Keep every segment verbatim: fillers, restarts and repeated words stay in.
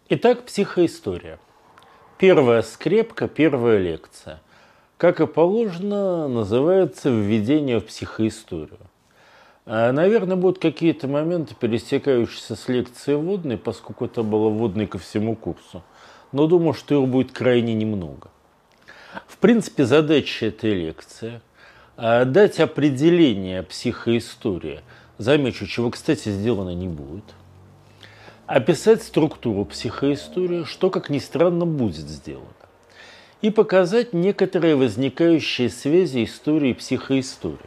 Итак, психоистория. Первая скрепка, первая лекция. Как и положено, называется «Введение в психоисторию». Наверное, будут какие-то моменты, пересекающиеся с лекцией вводной, поскольку это было вводной ко всему курсу. Но думаю, что его будет крайне немного. В принципе, задача этой лекции – дать определение психоистории. Замечу, чего, кстати, сделано не будет. Описать структуру психоистории, что, как ни странно, будет сделано. И показать некоторые возникающие связи истории и психоистории.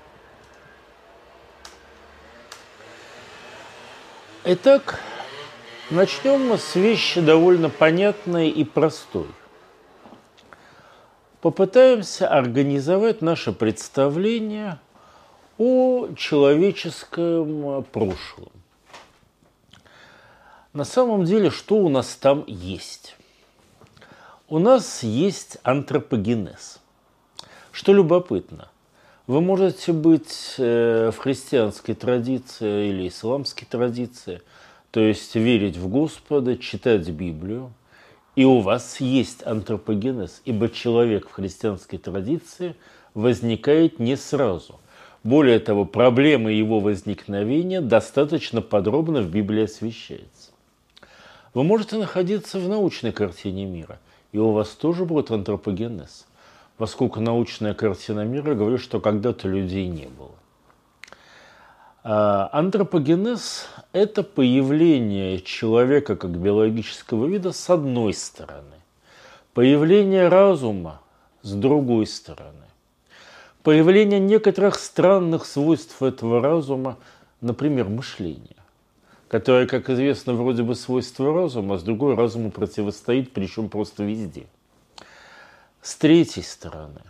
Итак, начнем мы с вещи довольно понятной и простой. Попытаемся организовать наше представление о человеческом прошлом. На самом деле, что у нас там есть? У нас есть антропогенез. Что любопытно, вы можете быть в христианской традиции или исламской традиции, то есть верить в Господа, читать Библию, и у вас есть антропогенез, ибо человек в христианской традиции возникает не сразу. Более того, проблема его возникновения достаточно подробно в Библии освещается. Вы можете находиться в научной картине мира, и у вас тоже будет антропогенез, поскольку научная картина мира говорит, что когда-то людей не было. А антропогенез – это появление человека как биологического вида с одной стороны, появление разума с другой стороны, появление некоторых странных свойств этого разума, например, мышления, которое, как известно, вроде бы свойство разума, а с другой разуму противостоит, причем просто везде. С третьей стороны,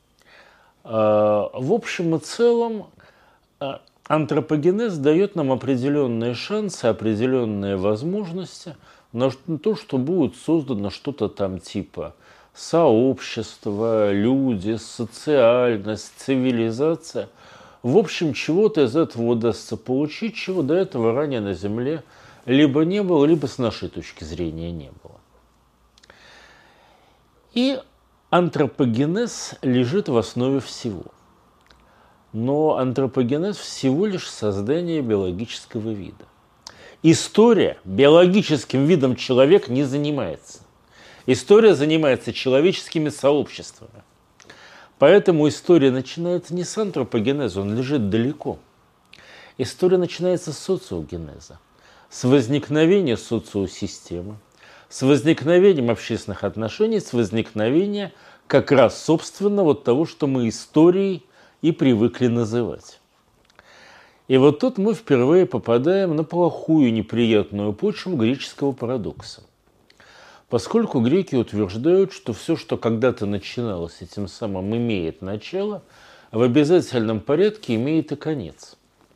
в общем и целом, антропогенез дает нам определенные шансы, определенные возможности на то, что будет создано что-то там типа сообщество, люди, социальность, цивилизация. В общем, чего-то из этого удастся получить, чего до этого ранее на Земле либо не было, либо с нашей точки зрения не было. И антропогенез лежит в основе всего. Но антропогенез всего лишь создание биологического вида. История биологическим видом человек не занимается. История занимается человеческими сообществами. Поэтому история начинается не с антропогенеза, он лежит далеко. История начинается с социогенеза, с возникновения социосистемы, с возникновением общественных отношений, с возникновения как раз, собственно, вот того, что мы историей и привыкли называть. И вот тут мы впервые попадаем на плохую, неприятную почву греческого парадокса. Поскольку греки утверждают, что все, что когда-то начиналось, этим самым имеет начало, в обязательном порядке имеет и конец.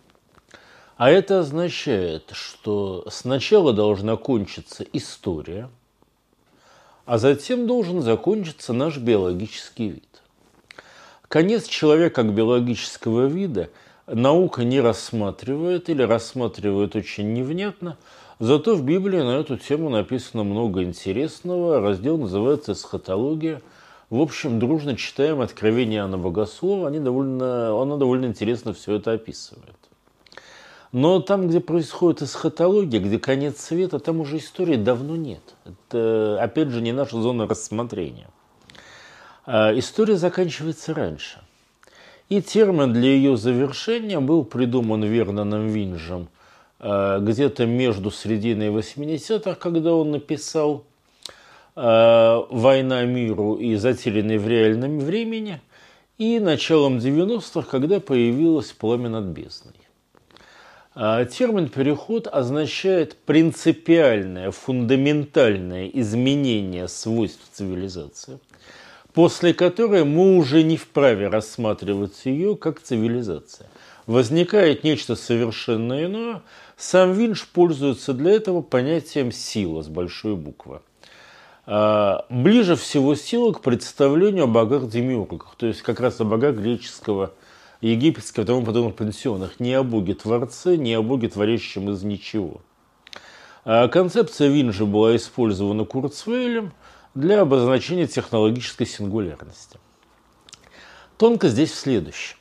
А это означает, что сначала должна кончиться история, а затем должен закончиться наш биологический вид. Конец человека как биологического вида наука не рассматривает или рассматривает очень невнятно, зато в Библии на эту тему написано много интересного. Раздел называется «Эсхатология». В общем, дружно читаем Откровение Иоанна Богослова. Они довольно, она довольно интересно все это описывает. Но там, где происходит эсхатология, где конец света, там уже истории давно нет. Это, опять же, не наша зона рассмотрения. А история заканчивается раньше. И термин для ее завершения был придуман Верноном Винджем где-то между серединой восьмидесятых, когда он написал «Война миру» и «Затерянный в реальном времени», и началом девяностых, когда появилось «Пламя над бездной». Термин «переход» означает принципиальное, фундаментальное изменение свойств цивилизации, после которой мы уже не вправе рассматривать ее как цивилизация. Возникает нечто совершенно иное. Сам Винч пользуется для этого понятием «сила» с большой буквы. Ближе всего сила к представлению о богах-демиургах, то есть как раз о богах греческого, египетского и тому подобных пансионах. Не о боге-творце, не о боге, творящем из ничего. Концепция Винжи была использована Курцвейлем для обозначения технологической сингулярности. Тонко здесь в следующем.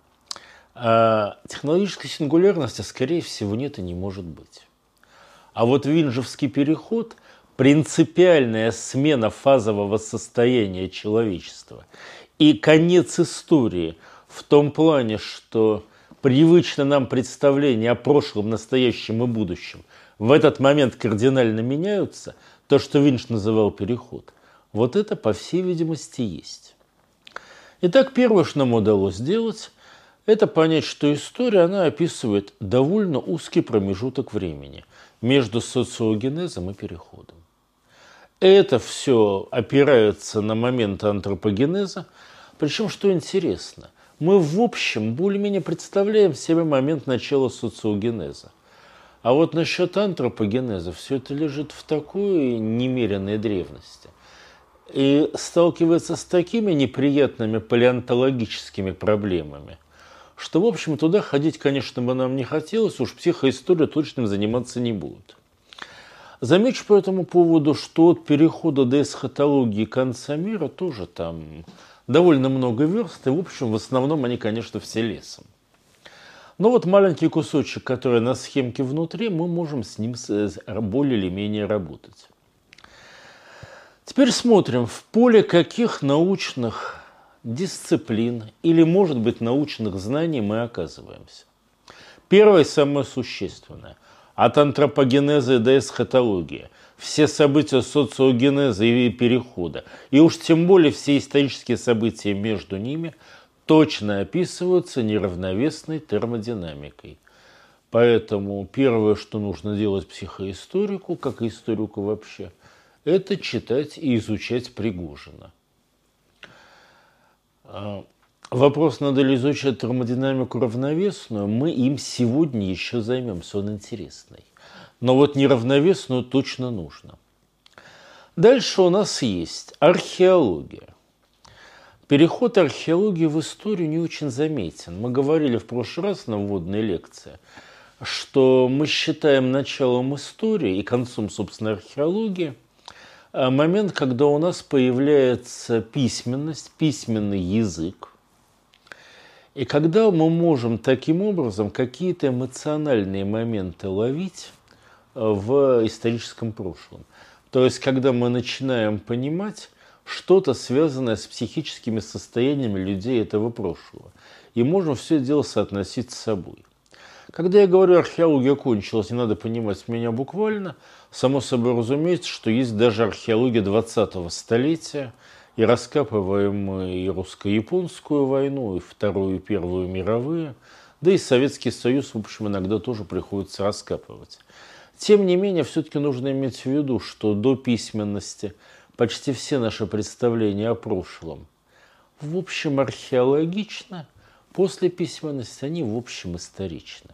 Технологической сингулярности, скорее всего, нет и не может быть. А вот винжевский переход – принципиальная смена фазового состояния человечества и конец истории в том плане, что привычно нам представления о прошлом, настоящем и будущем в этот момент кардинально меняются, то, что Винж называл переход, вот это, по всей видимости, есть. Итак, первое, что нам удалось сделать, это понять, что история, она описывает довольно узкий промежуток времени между социогенезом и переходом. Это все опирается на момент антропогенеза, причем, что интересно, мы в общем более-менее представляем себе момент начала социогенеза. А вот насчет антропогенеза все это лежит в такой немеренной древности и сталкивается с такими неприятными палеонтологическими проблемами, что, в общем, туда ходить, конечно, бы нам не хотелось, уж психоистория точно заниматься не будет. Замечу по этому поводу, что от перехода до эсхатологии конца мира тоже там довольно много верст, и, в общем, в основном они, конечно, все лесом. Но вот маленький кусочек, который на схемке внутри, мы можем с ним более или менее работать. Теперь смотрим, в поле каких научных дисциплин или, может быть, научных знаний мы оказываемся. Первое, самое существенное. От антропогенеза до эсхатологии. Все события социогенеза и перехода, и уж тем более все исторические события между ними, точно описываются неравновесной термодинамикой. Поэтому первое, что нужно делать психоисторику, как и историку вообще, это читать и изучать Пригожина. Вопрос, надо ли изучать термодинамику равновесную, мы им сегодня еще займемся, он интересный. Но вот неравновесную точно нужно. Дальше у нас есть археология. Переход археологии в историю не очень заметен. Мы говорили в прошлый раз на вводной лекции, что мы считаем началом истории и концом, собственно, археологии момент, когда у нас появляется письменность, письменный язык, и когда мы можем таким образом какие-то эмоциональные моменты ловить в историческом прошлом. То есть, когда мы начинаем понимать что-то, связанное с психическими состояниями людей этого прошлого, и можем все это дело соотносить с собой. Когда я говорю, археология кончилась, не надо понимать меня буквально, само собой разумеется, что есть даже археология двадцатого столетия, и раскапываем мы и русско-японскую войну, и Вторую, и Первую мировые, да и Советский Союз, в общем, иногда тоже приходится раскапывать. Тем не менее, все-таки нужно иметь в виду, что до письменности почти все наши представления о прошлом, в общем, археологичны, после письменности они, в общем, историчны.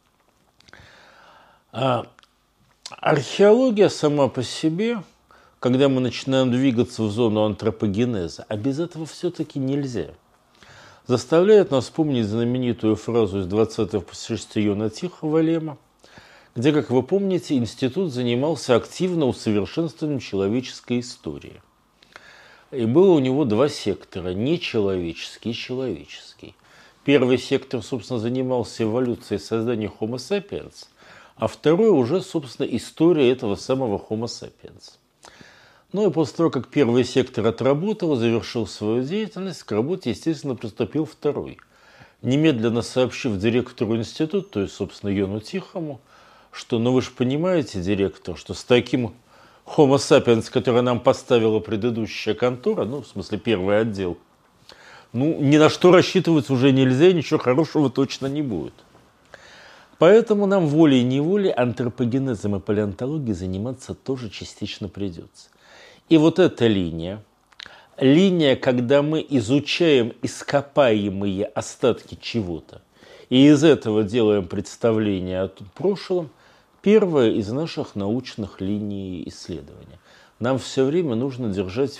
А археология сама по себе, когда мы начинаем двигаться в зону антропогенеза, а без этого все-таки нельзя, заставляет нас вспомнить знаменитую фразу из двадцатого посвящения Тихого Лема, где, как вы помните, институт занимался активно усовершенствованием человеческой истории. И было у него два сектора – нечеловеческий и человеческий. Первый сектор, собственно, занимался эволюцией создания Homo sapiens, а второй уже, собственно, история этого самого Homo sapiens. Ну и после того, как первый сектор отработал, завершил свою деятельность, к работе, естественно, приступил второй. Немедленно сообщив директору института, то есть, собственно, Йону Тихому, что, ну вы же понимаете, директор, что с таким Homo sapiens, который нам поставила предыдущая контора, ну, в смысле, первый отдел, ну, ни на что рассчитывать уже нельзя, ничего хорошего точно не будет. Поэтому нам волей-неволей антропогенезом и палеонтологией заниматься тоже частично придется. И вот эта линия, линия, когда мы изучаем ископаемые остатки чего-то, и из этого делаем представление о прошлом, первая из наших научных линий исследования. Нам все время нужно держать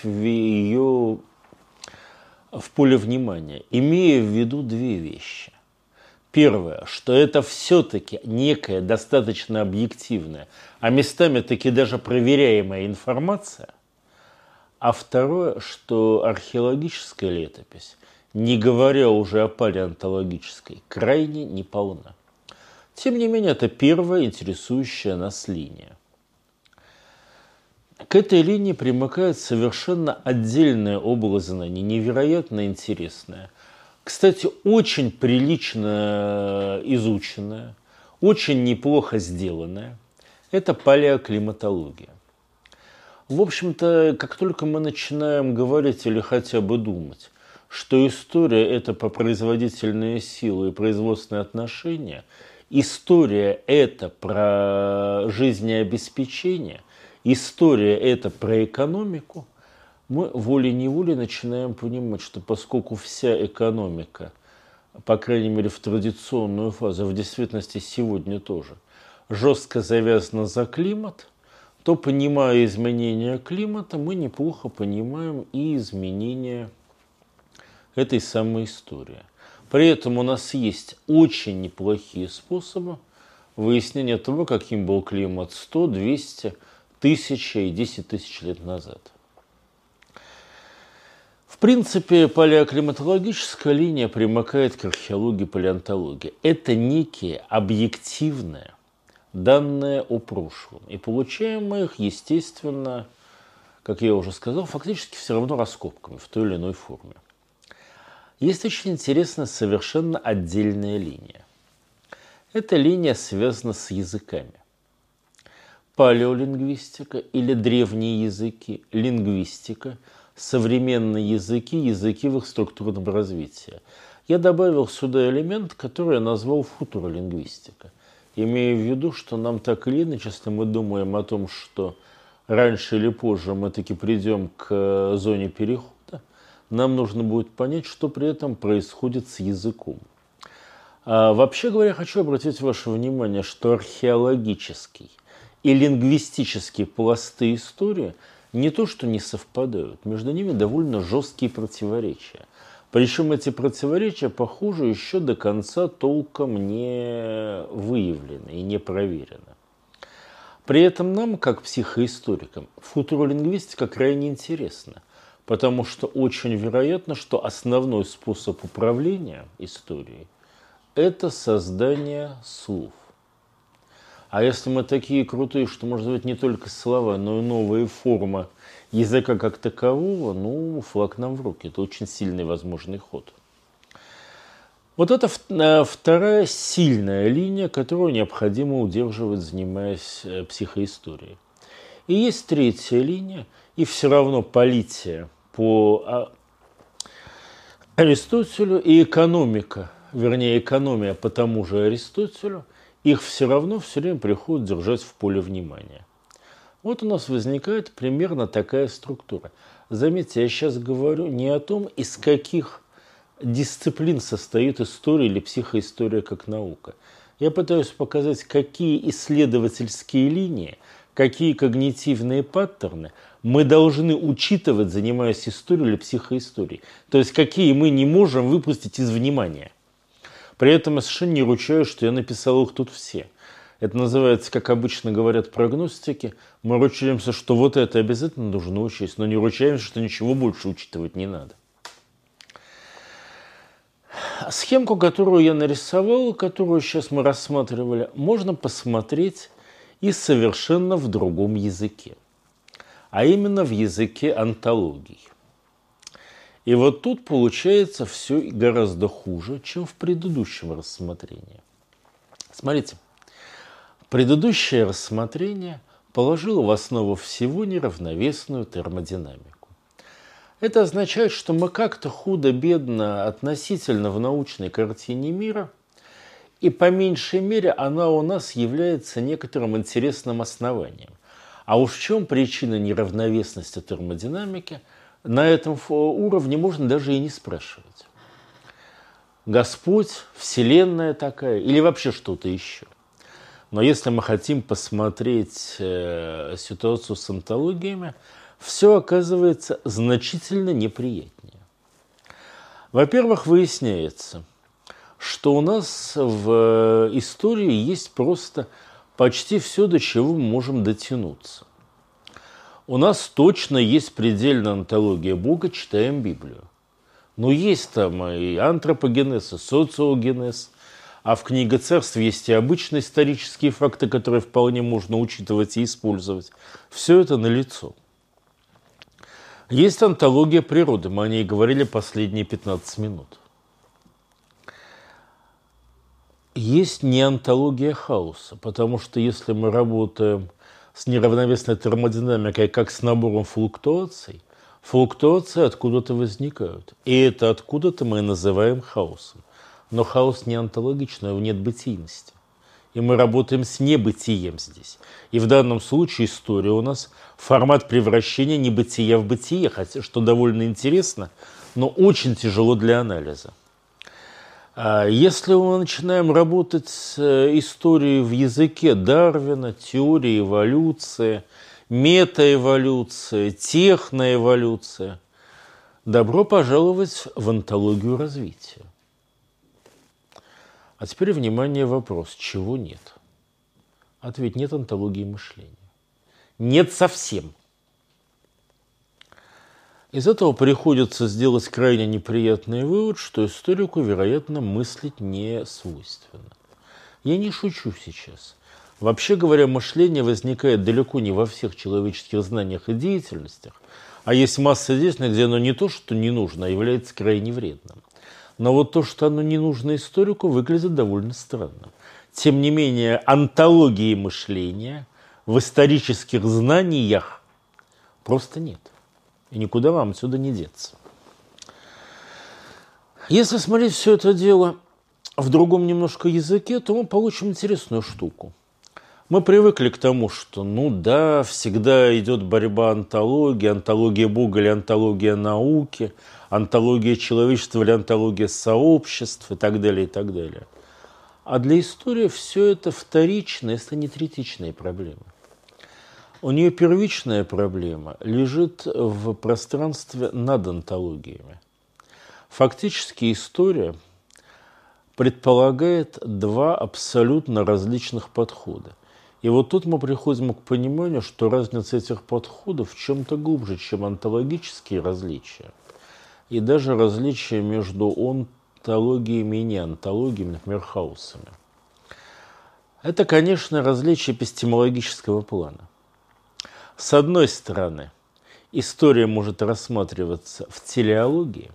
ее в поле внимания, имея в виду две вещи. Первое, что это все-таки некая достаточно объективная, а местами таки даже проверяемая информация. А второе, что археологическая летопись, не говоря уже о палеонтологической, крайне неполна. Тем не менее, это первая интересующая нас линия. К этой линии примыкает совершенно отдельная область знаний, невероятно интересная. Кстати, очень прилично изученная, очень неплохо сделанная. Это палеоклиматология. В общем-то, как только мы начинаем говорить или хотя бы думать, что история – это про производительные силы и производственные отношения, история – это про жизнеобеспечение, история – это про экономику, мы волей-неволей начинаем понимать, что поскольку вся экономика, по крайней мере в традиционную фазу, в действительности сегодня тоже, жестко завязана за климат, то, понимая изменения климата, мы неплохо понимаем и изменения этой самой истории. При этом у нас есть очень неплохие способы выяснения того, каким был климат сто, двести, тысяча и десять тысяч лет назад. В принципе, палеоклиматологическая линия примыкает к археологии и палеонтологии. Это некие объективные данные о прошлом. И получаем мы их, естественно, как я уже сказал, фактически все равно раскопками в той или иной форме. Есть очень интересная совершенно отдельная линия. Эта линия связана с языками. Палеолингвистика или древние языки, лингвистика, современные языки, языки в их структурном развитии. Я добавил сюда элемент, который я назвал футуролингвистика. Имея в виду, что нам так или иначе, если мы думаем о том, что раньше или позже мы таки придем к зоне перехода, нам нужно будет понять, что при этом происходит с языком. А вообще говоря, хочу обратить ваше внимание, что археологический и лингвистические пласты истории не то что не совпадают, между ними довольно жесткие противоречия. Причем эти противоречия, похоже, еще до конца толком не выявлены и не проверены. При этом нам, как психоисторикам, футуролингвистика крайне интересна, потому что очень вероятно, что основной способ управления историей – это создание слов. А если мы такие крутые, что можно быть не только слова, но и новые формы языка как такового, ну, флаг нам в руки. Это очень сильный возможный ход. Вот это вторая сильная линия, которую необходимо удерживать, занимаясь психоисторией. И есть третья линия, и все равно полития по Аристотелю и экономика, вернее экономия по тому же Аристотелю, их все равно все время приходит держать в поле внимания. Вот у нас возникает примерно такая структура. Заметьте, я сейчас говорю не о том, из каких дисциплин состоит история или психоистория как наука. Я пытаюсь показать, какие исследовательские линии, какие когнитивные паттерны мы должны учитывать, занимаясь историей или психоисторией. То есть, какие мы не можем выпустить из внимания. При этом я совершенно не ручаюсь, что я написал их тут все. Это называется, как обычно говорят прогностики, мы ручаемся, что вот это обязательно нужно учесть, но не ручаемся, что ничего больше учитывать не надо. Схемку, которую я нарисовал, которую сейчас мы рассматривали, можно посмотреть и совершенно в другом языке. А именно в языке онтологий. И вот тут получается все гораздо хуже, чем в предыдущем рассмотрении. Смотрите, предыдущее рассмотрение положило в основу всего неравновесную термодинамику. Это означает, что мы как-то худо-бедно относительно в научной картине мира, и по меньшей мере она у нас является некоторым интересным основанием. А уж в чем причина неравновесности термодинамики, на этом уровне можно даже и не спрашивать. Господь, Вселенная такая или вообще что-то еще. Но если мы хотим посмотреть э, ситуацию с онтологиями, все оказывается значительно неприятнее. Во-первых, выясняется, что у нас в истории есть просто почти все, до чего мы можем дотянуться. У нас точно есть предельная онтология Бога, читаем Библию. Но есть там и антропогенез, и социогенез, а в книге Царств есть и обычные исторические факты, которые вполне можно учитывать и использовать. Все это налицо. Есть онтология природы, мы о ней говорили последние пятнадцать минут. Есть неонтология хаоса, потому что если мы работаем с неравновесной термодинамикой, как с набором флуктуаций, флуктуации откуда-то возникают. И это откуда-то мы называем хаосом. Но хаос не онтологичный, его нет бытийности. И мы работаем с небытием здесь. И в данном случае история у нас формат превращения небытия в бытие, хотя, что довольно интересно, но очень тяжело для анализа. Если мы начинаем работать с историей в языке Дарвина, теории эволюции, метаэволюция, техноэволюция, добро пожаловать в онтологию развития. А теперь, внимание, вопрос, чего нет? Ответ: нет онтологии мышления. Нет совсем. Из этого приходится сделать крайне неприятный вывод, что историку, вероятно, мыслить не свойственно. Я не шучу сейчас. Вообще говоря, мышление возникает далеко не во всех человеческих знаниях и деятельностях, а есть масса деятельностей, где оно не то, что не нужно, а является крайне вредным. Но вот то, что оно не нужно историку, выглядит довольно странно. Тем не менее, онтологии мышления в исторических знаниях просто нет. И никуда вам отсюда не деться. Если смотреть все это дело в другом немножко языке, то мы получим интересную штуку. Мы привыкли к тому, что, ну да, всегда идет борьба онтологии, онтология Бога или онтология науки, онтология человечества или онтология сообществ и так далее, и так далее. А для истории все это вторичные, если не третичные проблемы. У нее первичная проблема лежит в пространстве над онтологиями. Фактически история предполагает два абсолютно различных подхода. И вот тут мы приходим к пониманию, что разница этих подходов в чем-то глубже, чем онтологические различия. И даже различия между онтологиями и неонтологиями, например, хаосами. Это, конечно, различия эпистемологического плана. С одной стороны, история может рассматриваться в телеологии,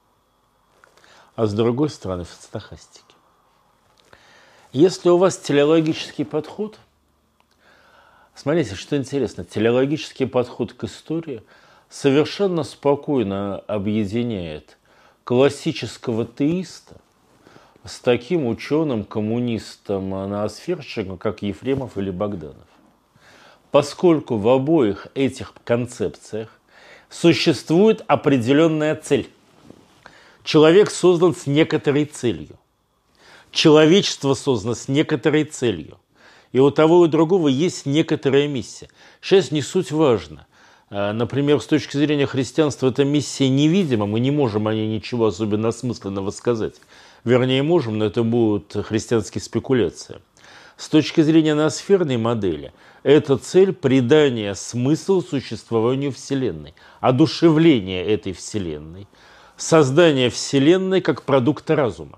а с другой стороны, в стохастике. Если у вас телеологический подход, смотрите, что интересно, телеологический подход к истории совершенно спокойно объединяет классического теиста с таким ученым-коммунистом-ноосферщиком, как Ефремов или Богданов. Поскольку в обоих этих концепциях существует определенная цель. Человек создан с некоторой целью. Человечество создано с некоторой целью. И у того и у другого есть некоторая миссия. Сейчас не суть важно. Например, с точки зрения христианства эта миссия невидима, мы не можем о ней ничего особенно осмысленного сказать. Вернее, можем, но это будут христианские спекуляции. С точки зрения ноосферной модели, это цель придания смысла существованию Вселенной, одушевление этой Вселенной, создание Вселенной как продукта разума.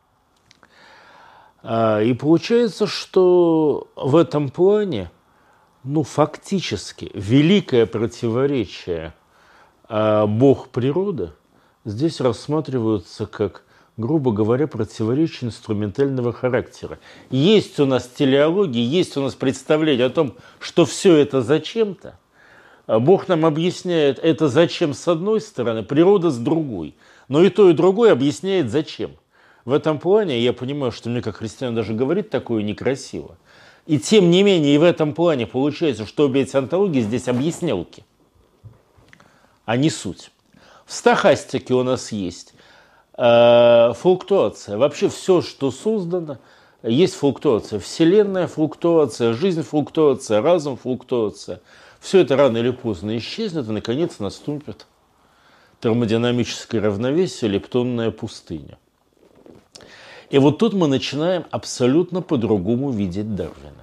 И получается, что в этом плане, ну, фактически, великое противоречие Бог-природа здесь рассматриваются как, грубо говоря, противоречие инструментального характера. Есть у нас телеология, есть у нас представление о том, что все это зачем-то. Бог нам объясняет это зачем с одной стороны, природа с другой. Но и то, и другое объясняет зачем. В этом плане я понимаю, что мне как христианин даже говорить такое некрасиво. И тем не менее, и в этом плане получается, что обе эти онтологии здесь объяснялки, а не суть. В стохастике у нас есть э, флуктуация. Вообще все, что создано, есть флуктуация. Вселенная флуктуация, жизнь флуктуация, разум флуктуация. Все это рано или поздно исчезнет, и наконец наступит термодинамическое равновесие, лептонная пустыня. И вот тут мы начинаем абсолютно по-другому видеть Дарвина.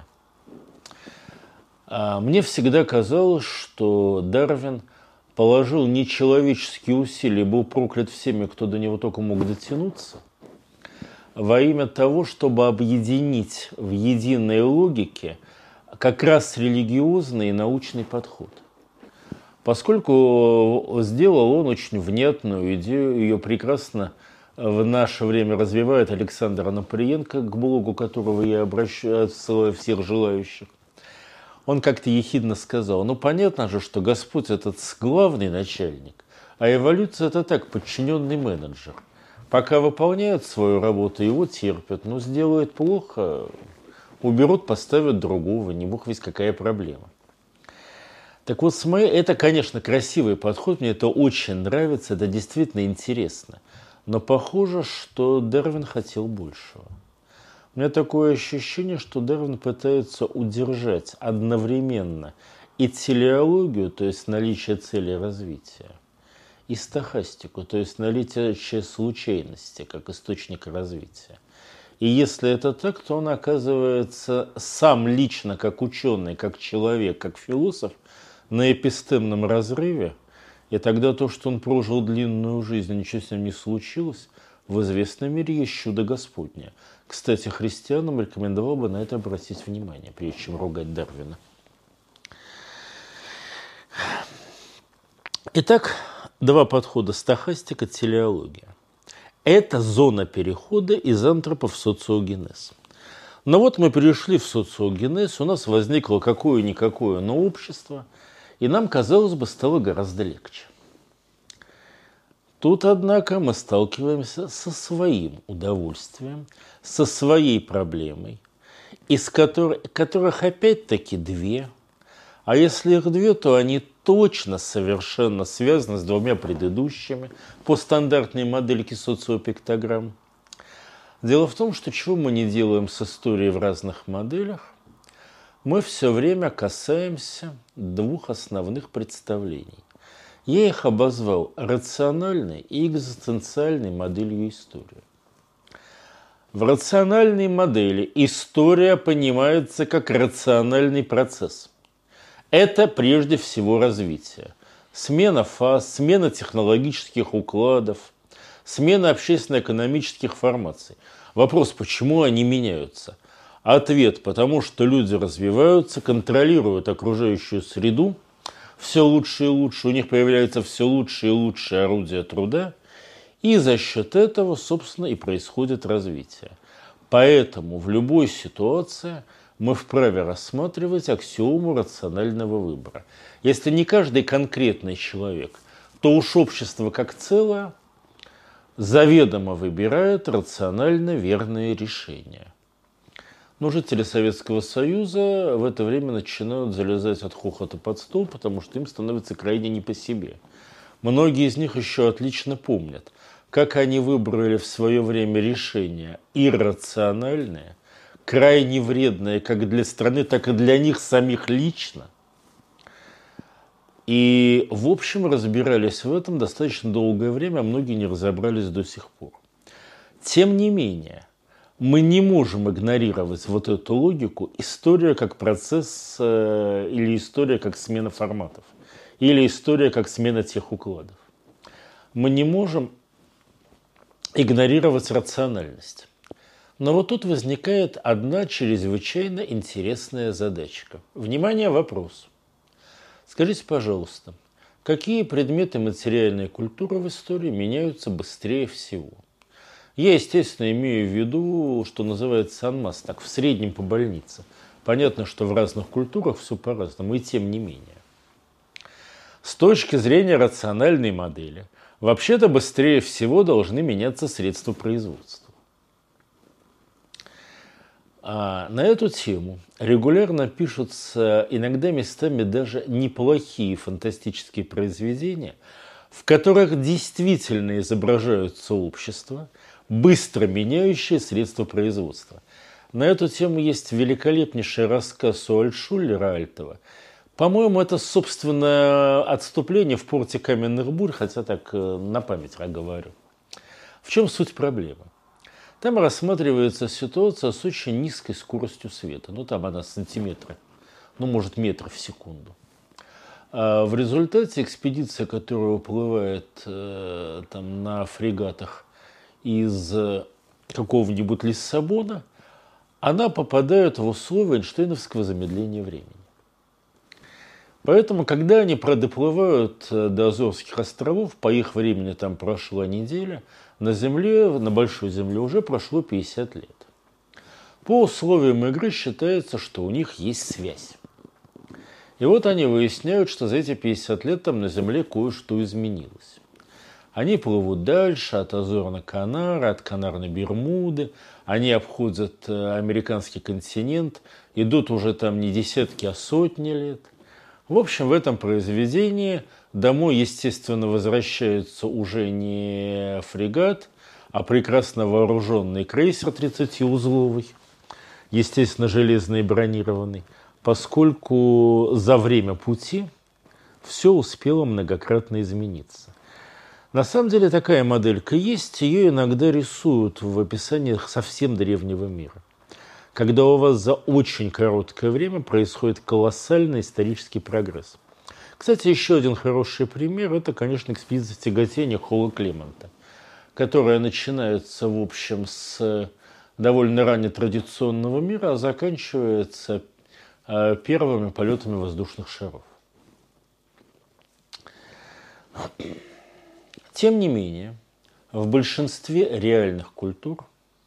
Мне всегда казалось, что Дарвин положил нечеловеческие усилия, был проклят всеми, кто до него только мог дотянуться, во имя того, чтобы объединить в единой логике как раз религиозный и научный подход. Поскольку сделал он очень внятную идею, ее прекрасно в наше время развивает Александр Анаприенко, к блогу которого я обращаю, отсылаю всех желающих. Он как-то ехидно сказал: ну понятно же, что Господь этот главный начальник, а эволюция это так, подчиненный менеджер. Пока выполняют свою работу, его терпят, но сделают плохо, уберут, поставят другого, не бог весть какая проблема. Так вот, это, конечно, красивый подход, мне это очень нравится, это действительно интересно. Но похоже, что Дарвин хотел большего. У меня такое ощущение, что Дарвин пытается удержать одновременно и телеологию, то есть наличие цели развития, и стохастику, то есть наличие случайности, как источника развития. И если это так, то он оказывается сам лично, как ученый, как человек, как философ, на эпистемном разрыве, и тогда то, что он прожил длинную жизнь, ничего с ним не случилось, в известном мире есть чудо Господне. Кстати, христианам рекомендовал бы на это обратить внимание, прежде чем ругать Дарвина. Итак, два подхода: стохастика, телеология. Это зона перехода из антропа в социогенез. Но вот мы перешли в социогенез, у нас возникло какое-никакое, но общество, и нам, казалось бы, стало гораздо легче. Тут, однако, мы сталкиваемся со своим удовольствием, со своей проблемой, из которой, которых опять-таки две. А если их две, то они точно совершенно связаны с двумя предыдущими по стандартной модельке социопиктограмм. Дело в том, что чего мы не делаем с историей в разных моделях, мы все время касаемся двух основных представлений. Я их обозвал рациональной и экзистенциальной моделью истории. В рациональной модели история понимается как рациональный процесс. Это прежде всего развитие. Смена фаз, смена технологических укладов, смена общественно-экономических формаций. Вопрос, почему они меняются? Ответ, потому что люди развиваются, контролируют окружающую среду, все лучше и лучше, у них появляется все лучше и лучше орудия труда, и за счет этого, собственно, и происходит развитие. Поэтому в любой ситуации мы вправе рассматривать аксиому рационального выбора. Если не каждый конкретный человек, то уж общество как целое заведомо выбирает рационально верные решения. Но жители Советского Союза в это время начинают залезать от хохота под стол, потому что им становится крайне не по себе. Многие из них еще отлично помнят, как они выбрали в свое время решения иррациональные, крайне вредные как для страны, так и для них самих лично. И, в общем, разбирались в этом достаточно долгое время, а многие не разобрались до сих пор. Тем не менее, мы не можем игнорировать вот эту логику: история как процесс, э, или история как смена форматов, или история как смена тех укладов. Мы не можем игнорировать рациональность. Но вот тут возникает одна чрезвычайно интересная задачка. Внимание, вопрос. Скажите, пожалуйста, какие предметы материальной культуры в истории меняются быстрее всего? Я, естественно, имею в виду, что называется анмасс, так, в среднем по больнице. Понятно, что в разных культурах все по-разному, и тем не менее. С точки зрения рациональной модели, вообще-то быстрее всего должны меняться средства производства. А на эту тему регулярно пишутся, иногда местами даже неплохие фантастические произведения, в которых действительно изображаются общества, быстро меняющие средства производства. На эту тему есть великолепнейший рассказ у Альтшуллера Альтова. По-моему, это, собственно, отступление в порте каменных бурь, хотя так на память я говорю. В чем суть проблемы? Там рассматривается ситуация с очень низкой скоростью света. Ну, там она сантиметры, ну, может, метров в секунду. А в результате экспедиция, которая уплывает э, там, на фрегатах из какого-нибудь Лиссабона, она попадает в условия Эйнштейновского замедления времени. Поэтому, когда они продоплывают до Азорских островов, по их времени там прошла неделя, на Земле, на Большой Земле уже прошло пятьдесят лет. По условиям игры считается, что у них есть связь. И вот они выясняют, что за эти пятьдесят лет там на Земле кое-что изменилось. Они плывут дальше, от Азор на Канары, от Канар на Бермуды. Они обходят американский континент, идут уже там не десятки, а сотни лет. В общем, в этом произведении домой, естественно, возвращается уже не фрегат, а прекрасно вооруженный крейсер тридцатиузловый, естественно, железный и бронированный, поскольку за время пути все успело многократно измениться. На самом деле такая моделька есть, ее иногда рисуют в описаниях совсем древнего мира, когда у вас за очень короткое время происходит колоссальный исторический прогресс. Кстати, еще один хороший пример – это, конечно, экспедиция тяготения Холла Клемента, которая начинается, в общем, с довольно ранне традиционного мира, а заканчивается первыми полетами воздушных шаров. Тем не менее, в большинстве реальных культур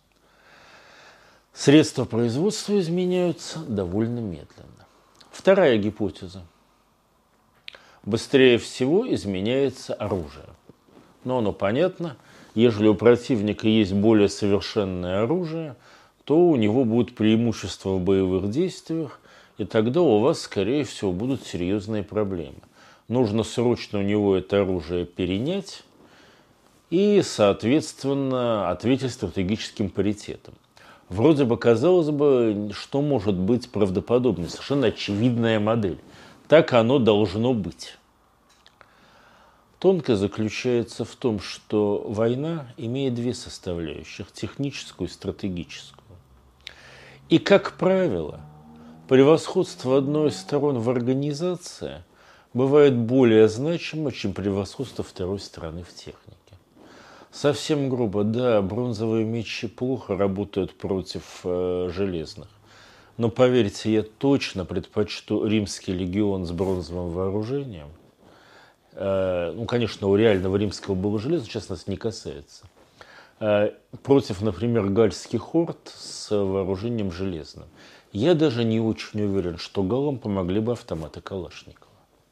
средства производства изменяются довольно медленно. Вторая гипотеза. Быстрее всего изменяется оружие. Но оно понятно, ежели у противника есть более совершенное оружие, то у него будет преимущество в боевых действиях, и тогда у вас, скорее всего, будут серьезные проблемы. Нужно срочно у него это оружие перенять и, соответственно, ответить стратегическим паритетом. Вроде бы, казалось бы, что может быть правдоподобной, совершенно очевидная модель. Так оно должно быть. Тонкость заключается в том, что война имеет две составляющих – техническую и стратегическую. И, как правило, превосходство одной из сторон в организации бывает более значимо, чем превосходство второй стороны в технике. Совсем грубо, да, бронзовые мечи плохо работают против э, железных. Но поверьте, я точно предпочту римский легион с бронзовым вооружением. Э, ну, конечно, у реального римского было железо, сейчас нас не касается. Э, против, например, гальских орд с вооружением железным. Я даже не очень уверен, что галлам помогли бы автоматы Калашникова.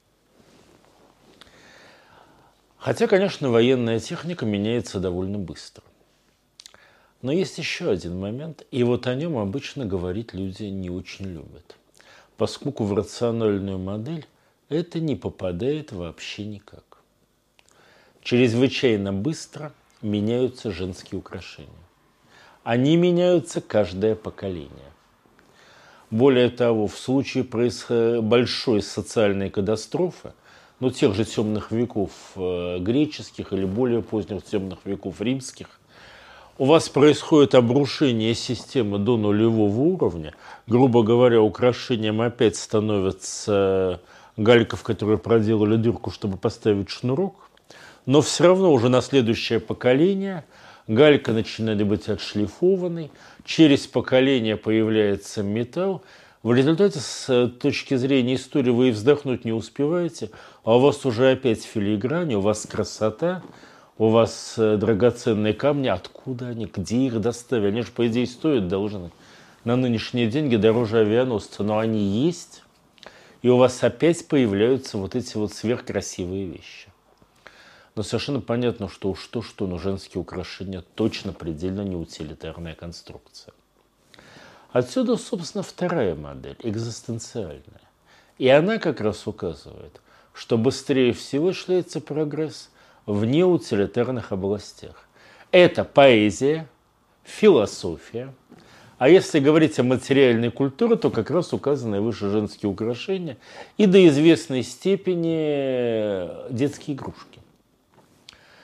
Хотя, конечно, военная техника меняется довольно быстро. Но есть еще один момент, и вот о нем обычно говорить люди не очень любят, поскольку в рациональную модель это не попадает вообще никак. Чрезвычайно быстро меняются женские украшения. Они меняются каждое поколение. Более того, в случае большой социальной катастрофы, ну, тех же темных веков э, греческих или более поздних темных веков римских, у вас происходит обрушение системы до нулевого уровня. Грубо говоря, украшением опять становится галька, в которой проделали дырку, чтобы поставить шнурок. Но все равно уже на следующее поколение галька начинает быть отшлифованной, через поколение появляется металл. В результате, с точки зрения истории, вы и вздохнуть не успеваете, а у вас уже опять филигрань, у вас красота, у вас драгоценные камни. Откуда они? Где их доставили? Они же, по идее, стоят должны на нынешние деньги дороже авианосца, но они есть, и у вас опять появляются вот эти вот сверхкрасивые вещи. Но совершенно понятно, что уж то-что, но женские украшения точно предельно неутилитарная конструкция. Отсюда, собственно, вторая модель, экзистенциальная. И она как раз указывает, что быстрее всего шляется прогресс в неутилитарных областях. Это поэзия, философия. А если говорить о материальной культуре, то как раз указаны выше женские украшения и до известной степени детские игрушки.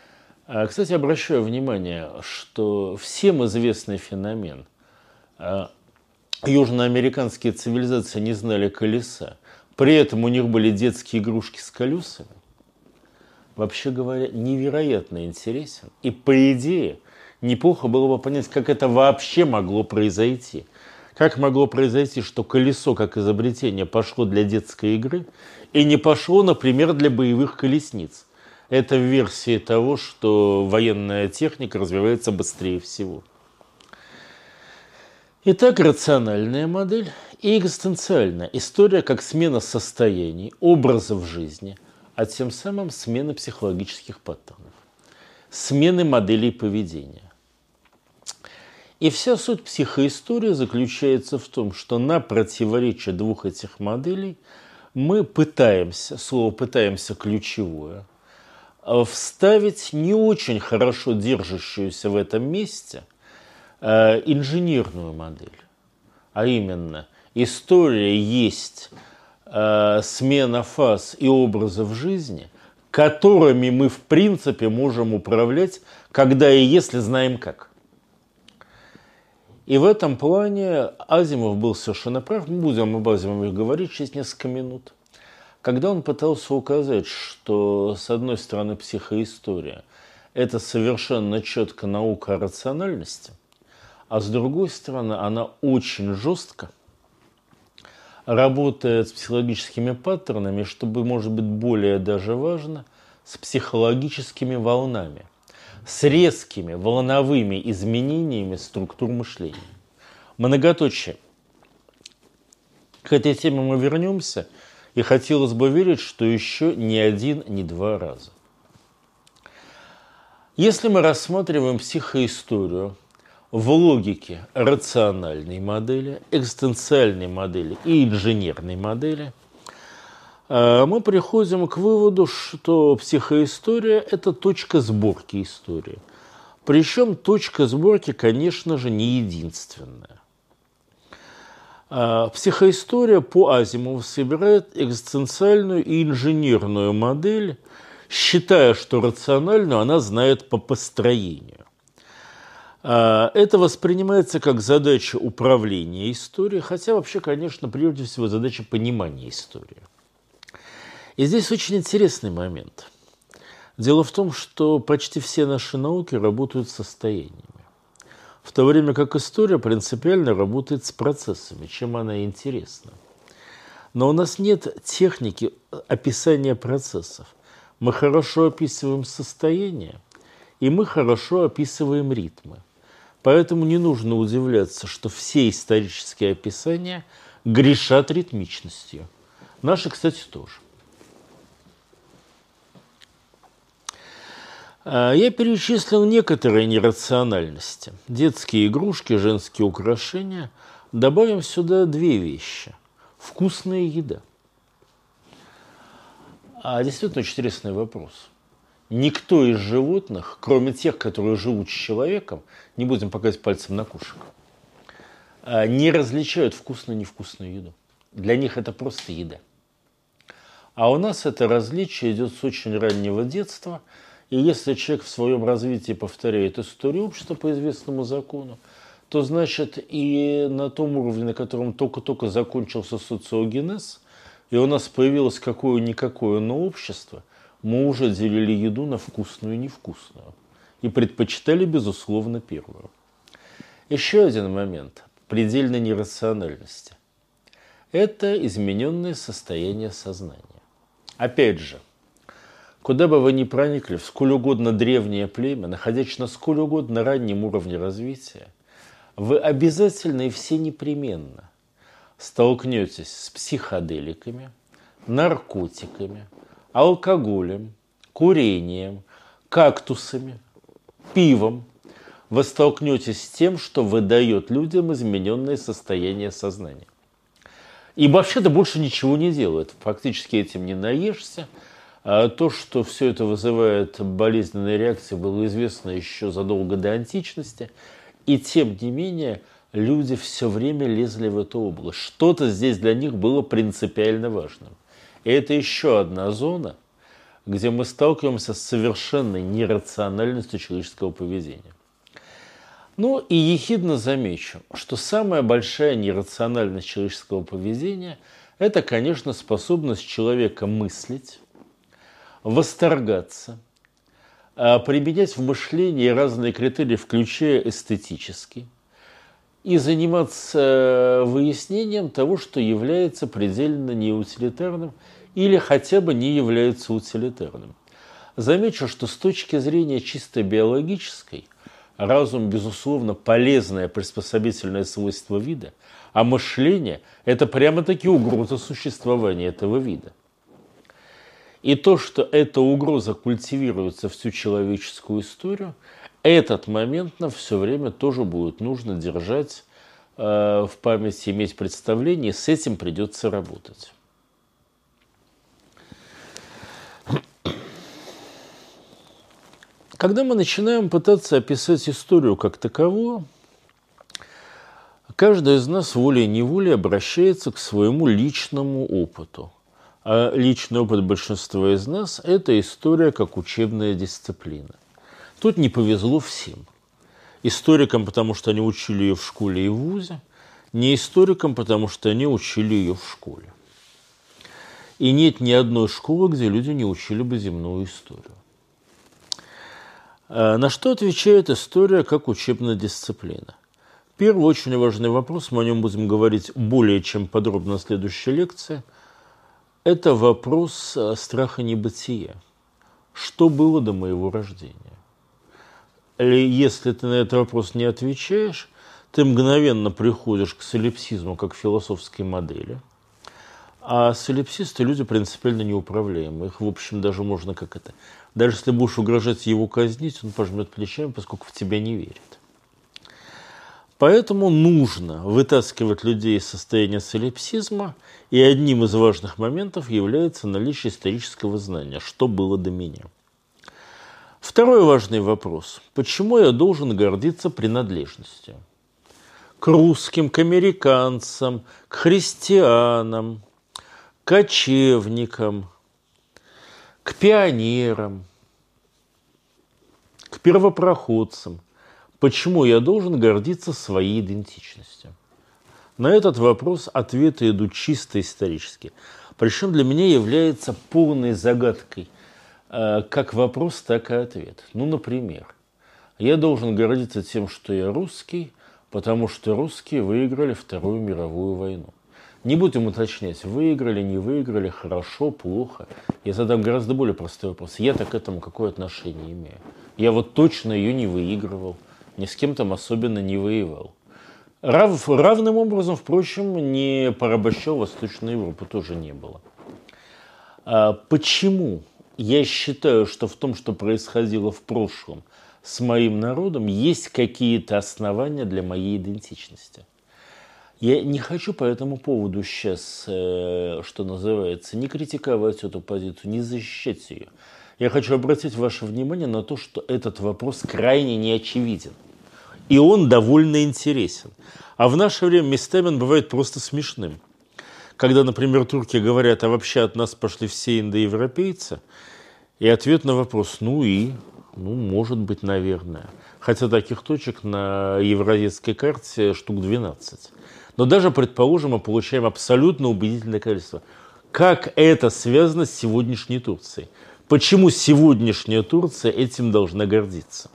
А, Кстати, обращаю внимание, что всем известный феномен. а, Южноамериканские цивилизации не знали колеса. При этом у них были детские игрушки с колесами. Вообще говоря, невероятно интересен. И по идее, неплохо было бы понять, как это вообще могло произойти. Как могло произойти, что колесо как изобретение пошло для детской игры и не пошло, например, для боевых колесниц. Это в версии того, что военная техника развивается быстрее всего. Итак, рациональная модель и экзистенциальная история как смена состояний, образов жизни, а тем самым смены психологических паттернов, смены моделей поведения. И вся суть психоистории заключается в том, что на противоречие двух этих моделей мы пытаемся, слово «пытаемся» ключевое, вставить не очень хорошо держащуюся в этом месте э, инженерную модель. А именно, история есть э, смена фаз и образов жизни, которыми мы в принципе можем управлять, когда и если знаем как. И в этом плане Азимов был совершенно прав. Мы будем об Азимове говорить через несколько минут. Когда он пытался указать, что, с одной стороны, психоистория – это совершенно четко наука о рациональности, а с другой стороны, она очень жестко работает с психологическими паттернами, чтобы, может быть, более даже важно, с психологическими волнами, с резкими волновыми изменениями структур мышления. Многоточие. К этой теме мы вернемся, и хотелось бы верить, что еще ни один, ни два раза. Если мы рассматриваем психоисторию в логике рациональной модели, экзистенциальной модели и инженерной модели, мы приходим к выводу, что психоистория – это точка сборки истории. Причем точка сборки, конечно же, не единственная. Психоистория по Азимову собирает экзистенциальную и инженерную модель, считая, что рациональную она знает по построению. Это воспринимается как задача управления историей, хотя вообще, конечно, прежде всего задача понимания истории. И здесь очень интересный момент. Дело в том, что почти все наши науки работают с состояниями, в то время как история принципиально работает с процессами, чем она интересна. Но у нас нет техники описания процессов. Мы хорошо описываем состояния, и мы хорошо описываем ритмы. Поэтому не нужно удивляться, что все исторические описания грешат ритмичностью. Наши, кстати, тоже. Я перечислил некоторые нерациональности. Детские игрушки, женские украшения. Добавим сюда две вещи. Вкусная еда. А действительно очень интересный вопрос. Никто из животных, кроме тех, которые живут с человеком, не будем показывать пальцем на кошек, не различают вкусную и невкусную еду. Для них это просто еда. А у нас это различие идет с очень раннего детства. И если человек в своем развитии повторяет историю общества по известному закону, то значит и на том уровне, на котором только-только закончился социогенез, и у нас появилось какое-никакое, но общество, мы уже делили еду на вкусную и невкусную. И предпочитали, безусловно, первую. Еще один момент предельной нерациональности. Это измененное состояние сознания. Опять же, куда бы вы ни проникли, в сколь угодно древнее племя, находясь на сколь угодно раннем уровне развития, вы обязательно и все непременно столкнетесь с психоделиками, наркотиками, алкоголем, курением, кактусами, пивом. Вы столкнетесь с тем, что выдает людям измененное состояние сознания. И вообще-то больше ничего не делает. Фактически этим не наешься. А то, что все это вызывает болезненные реакции, было известно еще задолго до античности. И тем не менее, люди все время лезли в эту область. Что-то здесь для них было принципиально важным. И это еще одна зона, где мы сталкиваемся с совершенной нерациональностью человеческого поведения. Ну и ехидно замечу, что самая большая нерациональность человеческого поведения – это, конечно, способность человека мыслить, восторгаться, применять в мышлении разные критерии, включая эстетический, и заниматься выяснением того, что является предельно неутилитарным или хотя бы не является утилитарным. Замечу, что с точки зрения чисто биологической, разум, безусловно, полезное приспособительное свойство вида, а мышление – это прямо-таки угроза существования этого вида. И то, что эта угроза культивируется всю человеческую историю, этот момент нам все время тоже будет нужно держать э, в памяти, иметь представление, с этим придется работать. Когда мы начинаем пытаться описать историю как таковую, каждый из нас волей-неволей обращается к своему личному опыту. А личный опыт большинства из нас – это история как учебная дисциплина. Тут не повезло всем. Историкам, потому что они учили ее в школе и в вузе, не историкам, потому что они учили ее в школе. И нет ни одной школы, где люди не учили бы земную историю. На что отвечает история как учебная дисциплина? Первый очень важный вопрос, мы о нем будем говорить более чем подробно на следующей лекции, это вопрос страха небытия. Что было до моего рождения? Или если ты на этот вопрос не отвечаешь, ты мгновенно приходишь к солипсизму как к философской модели. А солипсисты люди принципиально неуправляемые. Их, в общем, даже можно как это... Даже если будешь угрожать его казнить, он пожмет плечами, поскольку в тебя не верит. Поэтому нужно вытаскивать людей из состояния солипсизма, и одним из важных моментов является наличие исторического знания, что было до меня. Второй важный вопрос. Почему я должен гордиться принадлежностью? К русским, к американцам, к христианам, к кочевникам, к пионерам, к первопроходцам. Почему я должен гордиться своей идентичностью? На этот вопрос ответы идут чисто исторически. Причем для меня является полной загадкой как вопрос, так и ответ. Ну, например, я должен гордиться тем, что я русский, потому что русские выиграли Вторую мировую войну. Не будем уточнять, выиграли, не выиграли, хорошо, плохо. Я задам гораздо более простой вопрос. Я-то к этому какое отношение имею? Я вот точно ее не выигрывал, ни с кем там особенно не воевал. Рав, равным образом, впрочем, не порабощал Восточную Европу, тоже не было. А почему я считаю, что в том, что происходило в прошлом с моим народом, есть какие-то основания для моей идентичности? Я не хочу по этому поводу сейчас, э, что называется, не критиковать эту позицию, не защищать ее. Я хочу обратить ваше внимание на то, что этот вопрос крайне неочевиден. И он довольно интересен. А в наше время местами он бывает просто смешным. Когда, например, турки говорят, а вообще от нас пошли все индоевропейцы, и ответ на вопрос, ну и, ну, может быть, наверное. Хотя таких точек на евразийской карте штук двенадцать. Но даже, предположим, мы получаем абсолютно убедительное количество. Как это связано с сегодняшней Турцией? Почему сегодняшняя Турция этим должна гордиться?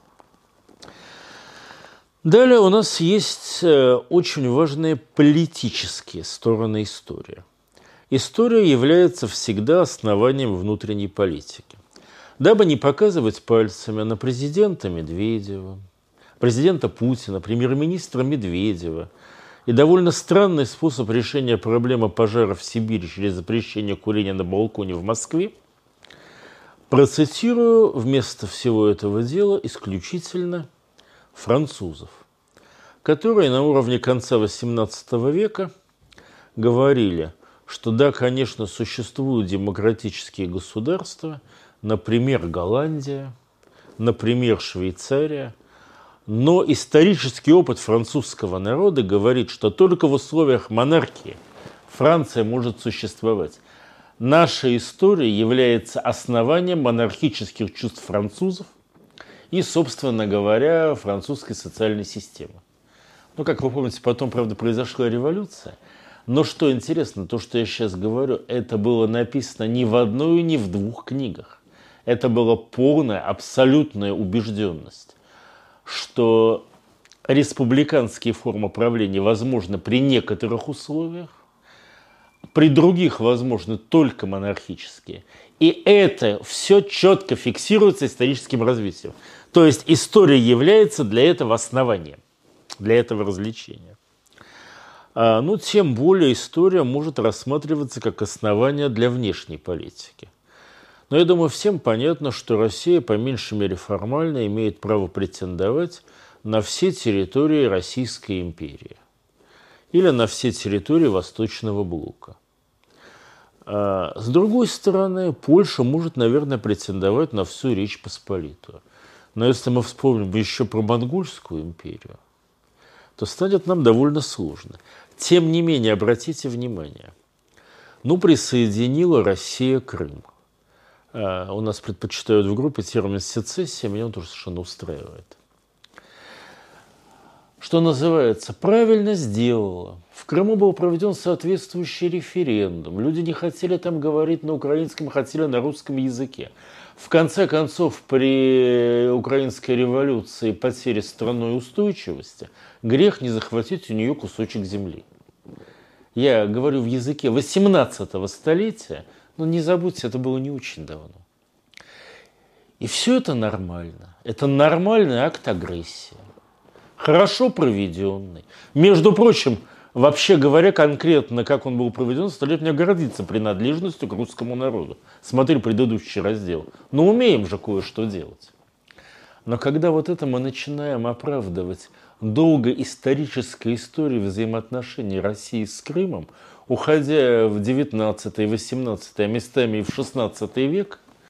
Далее у нас есть очень важные политические стороны истории. История является всегда основанием внутренней политики. Дабы не показывать пальцами на президента Медведева, президента Путина, премьер-министра Медведева и довольно странный способ решения проблемы пожара в Сибири через запрещение курения на балконе в Москве, процитирую вместо всего этого дела исключительно французов, которые на уровне конца восемнадцатого века говорили, что да, конечно, существуют демократические государства, например, Голландия, например, Швейцария, но исторический опыт французского народа говорит, что только в условиях монархии Франция может существовать. наша история является основанием монархических чувств французов и, собственно говоря, французской социальной системы. Ну, как вы помните, потом, правда, произошла революция. Но что интересно, то, что я сейчас говорю, это было написано не в одной и не в двух книгах. Это была полная, абсолютная убежденность, что республиканские формы правления возможны при некоторых условиях, при других возможны только монархические. И это все четко фиксируется историческим развитием. То есть история является для этого основанием, для этого развлечения. А, ну, тем более история может рассматриваться как основание для внешней политики. Но я думаю, всем понятно, что Россия, по меньшей мере формально, имеет право претендовать на все территории Российской империи или на все территории Восточного блока. А, с другой стороны, Польша может, наверное, претендовать на всю Речь Посполитую. Но если мы вспомним еще про Монгольскую империю, то станет нам довольно сложно. Тем не менее, обратите внимание, ну, присоединила Россия Крым. А, у нас предпочитают в группе термин «сецессия», меня он тоже совершенно устраивает. Что называется, правильно сделала. В Крыму был проведен соответствующий референдум. Люди не хотели там говорить на украинском, хотели на русском языке. В конце концов, при украинской революции потери страной устойчивости, грех не захватить у нее кусочек земли. Я говорю в языке восемнадцатого столетия, но не забудьте, это было не очень давно. И все это нормально. Это нормальный акт агрессии. Хорошо проведенный. Между прочим, вообще говоря, конкретно, как он был проведен, заставляет меня гордиться принадлежностью к русскому народу. Смотри предыдущий раздел. Но умеем же кое-что делать. Но когда вот это мы начинаем оправдывать долгой исторической историей взаимоотношений России с Крымом, уходя в девятнадцатый, восемнадцатый, а местами и в шестнадцатый век,